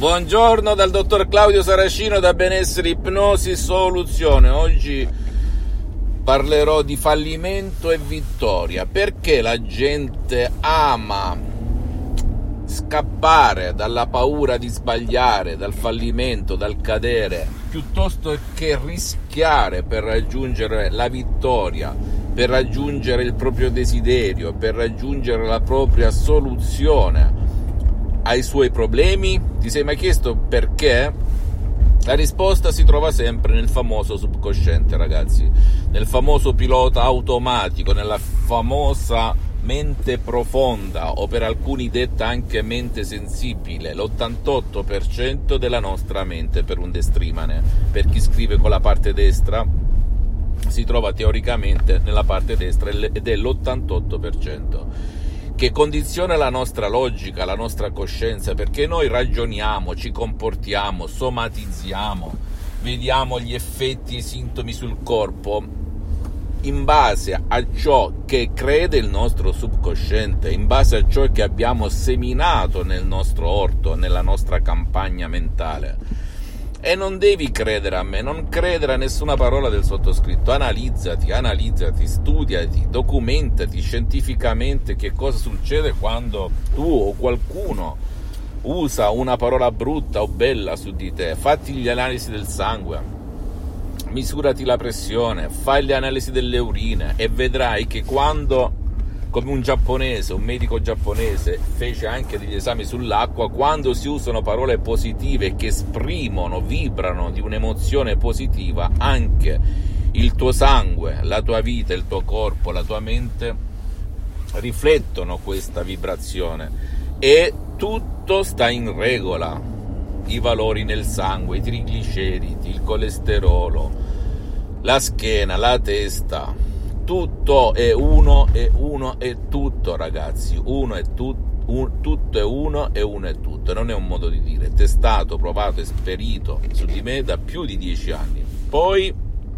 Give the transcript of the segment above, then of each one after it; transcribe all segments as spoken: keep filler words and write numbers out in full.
Buongiorno dal dottor Claudio Saracino da Benessere Ipnosi Soluzione. Oggi parlerò di fallimento e vittoria. Perché la gente ama scappare dalla paura di sbagliare, dal fallimento, dal cadere, piuttosto che rischiare per raggiungere la vittoria, per raggiungere il proprio desiderio, per raggiungere la propria soluzione ai suoi problemi? Ti sei mai chiesto perché? La risposta si trova sempre nel famoso subconsciente, ragazzi, nel famoso pilota automatico, nella famosa mente profonda, o per alcuni detta anche mente sensibile, l'ottantotto per cento della nostra mente per un destrimane. Per chi scrive con la parte destra si trova teoricamente nella parte destra ed è l'ottantotto per cento. Che condiziona la nostra logica, la nostra coscienza, perché noi ragioniamo, ci comportiamo, somatizziamo, vediamo gli effetti e i sintomi sul corpo in base a ciò che crede il nostro subconsciente, in base a ciò che abbiamo seminato nel nostro orto, nella nostra campagna mentale. E non devi credere a me, non credere a nessuna parola del sottoscritto, analizzati, analizzati, studiati, documentati scientificamente che cosa succede quando tu o qualcuno usa una parola brutta o bella su di te. Fatti le analisi del sangue, misurati la pressione, fai le analisi delle urine e vedrai che quando, come un giapponese, un medico giapponese fece anche degli esami sull'acqua, quando si usano parole positive che esprimono, vibrano di un'emozione positiva, anche il tuo sangue, la tua vita, il tuo corpo, la tua mente riflettono questa vibrazione e tutto sta in regola. I valori nel sangue, i trigliceridi, il colesterolo, la schiena, la testa, tutto è uno e uno è tutto, ragazzi. Uno è tutto, un, tutto è uno e uno è tutto. Non è un modo di dire, testato, provato, esperito su di me da più di dieci anni. Poi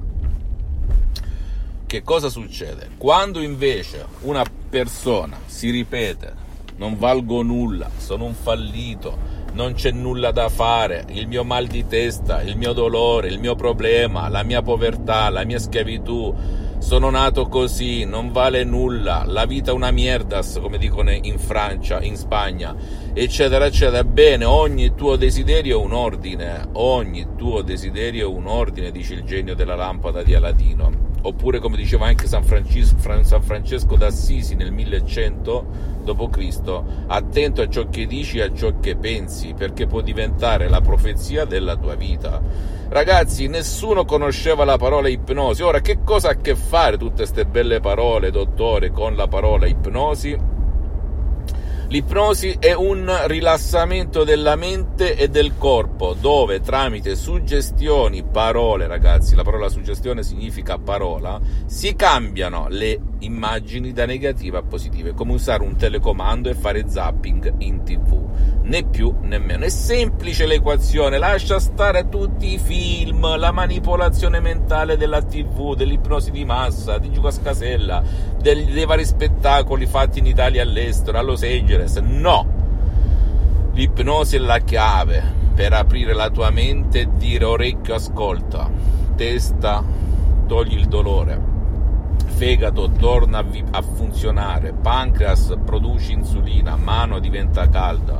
che cosa succede? Quando invece una persona si ripete: non valgo nulla, sono un fallito, non c'è nulla da fare, il mio mal di testa, il mio dolore, il mio problema, la mia povertà, la mia schiavitù, sono nato così, non vale nulla, la vita è una mierdas, come dicono in Francia, in Spagna, eccetera, eccetera. Bene, ogni tuo desiderio è un ordine, ogni tuo desiderio è un ordine, dice il genio della lampada di Aladino. Oppure, come diceva anche San Francesco, San Francesco d'Assisi nel millecento dopo Cristo, attento a ciò che dici e a ciò che pensi, perché può diventare la profezia della tua vita. Ragazzi, nessuno conosceva la parola ipnosi. Ora, che cosa ha a che fare tutte queste belle parole, dottore, con la parola ipnosi? L'ipnosi è un rilassamento della mente e del corpo, dove tramite suggestioni, parole, ragazzi, la parola suggestione significa parola, si cambiano le immagini da negative a positive, come usare un telecomando e fare zapping in tv, né più né meno. È semplice l'equazione, lascia stare tutti i film, la manipolazione mentale della tv, dell'ipnosi di massa, di Giuca Scasella, dei, dei vari spettacoli fatti in Italia e all'estero, a Los Angeles. No, l'ipnosi è la chiave per aprire la tua mente e dire: orecchio ascolta, testa togli il dolore, fegato torna a, vi- a funzionare, pancreas produci insulina, mano diventa calda,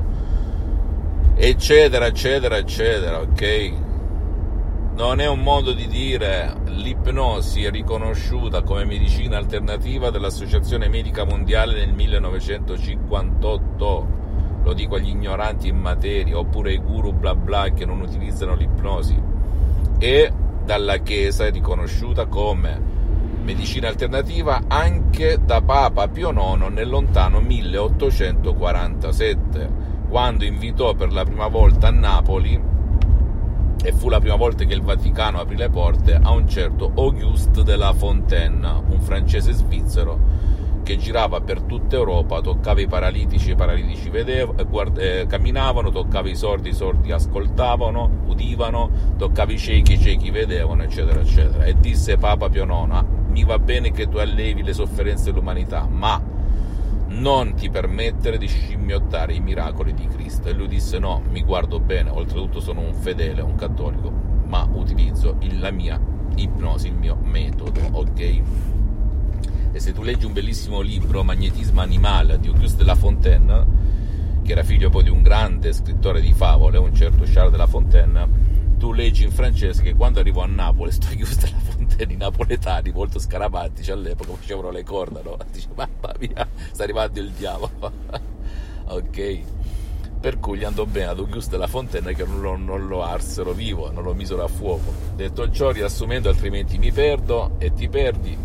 eccetera eccetera eccetera, ok? Non è un modo di dire. L'ipnosi è riconosciuta come medicina alternativa dall'Associazione Medica Mondiale nel millenovecentocinquantotto. Lo dico agli ignoranti in materia, oppure ai guru bla bla che non utilizzano l'ipnosi. E dalla Chiesa è riconosciuta come medicina alternativa anche da Papa Pio nono nel lontano milleottocentoquarantasette, quando invitò per la prima volta a Napoli, e fu la prima volta che il Vaticano aprì le porte, a un certo Auguste de la Fontaine, un francese svizzero che girava per tutta Europa, toccava i paralitici, i paralitici vedevano, guard- eh, camminavano, toccava i sordi, i sordi ascoltavano, udivano, toccava i ciechi, i ciechi vedevano, eccetera, eccetera. E disse Papa Pio nono: mi va bene che tu allevi le sofferenze dell'umanità, ma non ti permettere di scimmiottare i miracoli di Cristo. E lui disse: no, mi guardo bene, oltretutto sono un fedele, un cattolico, ma utilizzo il, la mia ipnosi, il mio metodo, ok? E se tu leggi un bellissimo libro, Magnetismo animale, di Auguste de La Fontaine, che era figlio poi di un grande scrittore di favole, un certo Charles de La Fontaine, tu leggi in francese che quando arrivò a Napoli, sto Auguste de La Fontaine, i napoletani molto scaramantici all'epoca facevano le corna, no? Dice: mamma mia, sta arrivando il diavolo. Ok? Per cui gli andò bene ad Auguste de La Fontaine che non lo, non lo arsero vivo, non lo misero a fuoco. Detto ciò, riassumendo, altrimenti mi perdo e ti perdi.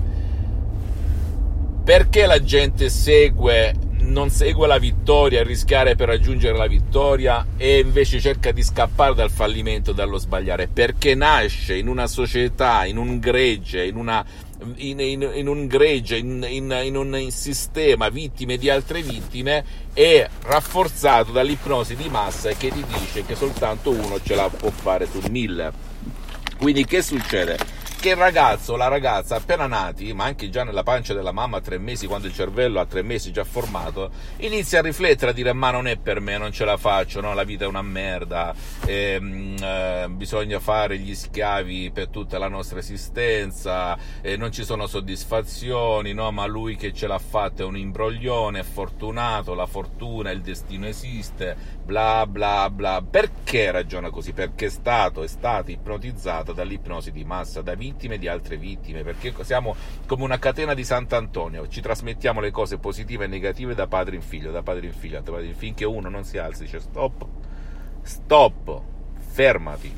Perché la gente segue, non segue la vittoria e rischiare per raggiungere la vittoria e invece cerca di scappare dal fallimento, dallo sbagliare? Perché nasce in una società, in un gregge, in una in, in, in un gregge, in, in, in un sistema vittime di altre vittime, è rafforzato dall'ipnosi di massa che ti dice che soltanto uno ce la può fare su mille. Quindi che succede? Che il ragazzo o la ragazza appena nati, ma anche già nella pancia della mamma a tre mesi, quando il cervello ha tre mesi già formato, inizia a riflettere, a dire: ma non è per me, non ce la faccio, no, la vita è una merda, ehm, eh, bisogna fare gli schiavi per tutta la nostra esistenza, eh, non ci sono soddisfazioni, no, ma lui che ce l'ha fatta è un imbroglione, è fortunato, la fortuna, il destino esiste, bla bla bla. Perché ragiona così? Perché è stato, è stato ipnotizzato dall'ipnosi di massa, da vittime di altre vittime, perché siamo come una catena di Sant'Antonio, ci trasmettiamo le cose positive e negative da padre in figlio, da padre in figlio, da padre in figlio, finché uno non si alza e dice: stop, stop, fermati,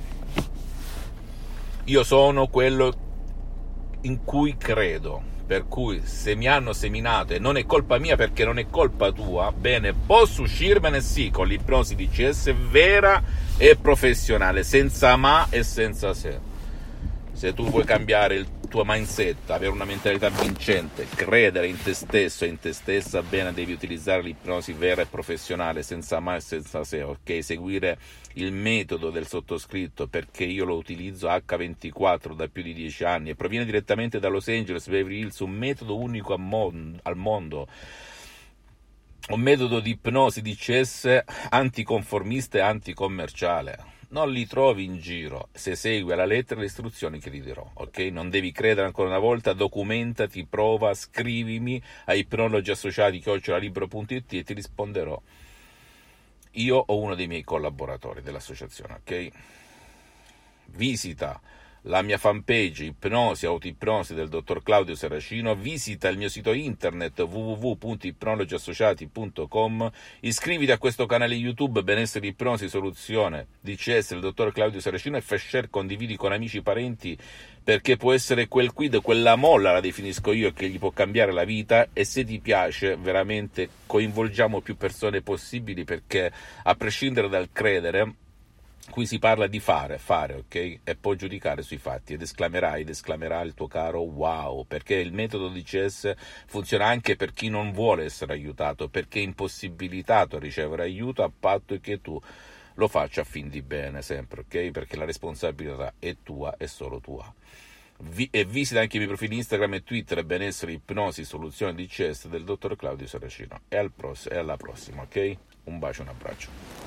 io sono quello in cui credo, per cui se mi hanno seminato e non è colpa mia perché non è colpa tua, bene, posso uscirmene sì con l'ipnosi di C S vera e professionale, senza ma e senza se. Se tu vuoi cambiare il tuo mindset, avere una mentalità vincente, credere in te stesso e in te stessa, bene, devi utilizzare l'ipnosi vera e professionale, senza ma e senza se, ok? Seguire il metodo del sottoscritto, perché io lo utilizzo acca ventiquattro da più di dieci anni e proviene direttamente da Los Angeles, Beverly Hills, un metodo unico al mondo, un metodo di ipnosi di C S anticonformista e anticommerciale. Non li trovi in giro, se segui alla lettera le istruzioni che ti dirò, ok? Non devi credere ancora una volta, documentati, prova, scrivimi a ipnologiassociati chiocciola libro punto it e ti risponderò. Io o uno dei miei collaboratori dell'associazione, ok? Visita la mia fanpage Ipnosi, Autoipnosi del dottor Claudio Saracino, visita il mio sito internet w w w punto ipnologiassociati punto com, iscriviti a questo canale YouTube Benessere Ipnosi Soluzione D C S del dottor Claudio Saracino e fai share, condividi con amici, parenti, perché può essere quel quid, quella molla, la definisco io, che gli può cambiare la vita. E se ti piace, veramente coinvolgiamo più persone possibili, perché a prescindere dal credere, qui si parla di fare, fare, ok? E poi giudicare sui fatti, ed esclamerai, ed esclamerà il tuo caro wow, perché il metodo di C S funziona anche per chi non vuole essere aiutato, perché è impossibilitato a ricevere aiuto, a patto che tu lo faccia a fin di bene, sempre, ok? Perché la responsabilità è tua, è solo tua. Vi- e visita anche i miei profili Instagram e Twitter, Benessere Ipnosi Soluzione D C S del dottor Claudio Saracino. E, al pross- e alla prossima, ok? Un bacio, un abbraccio.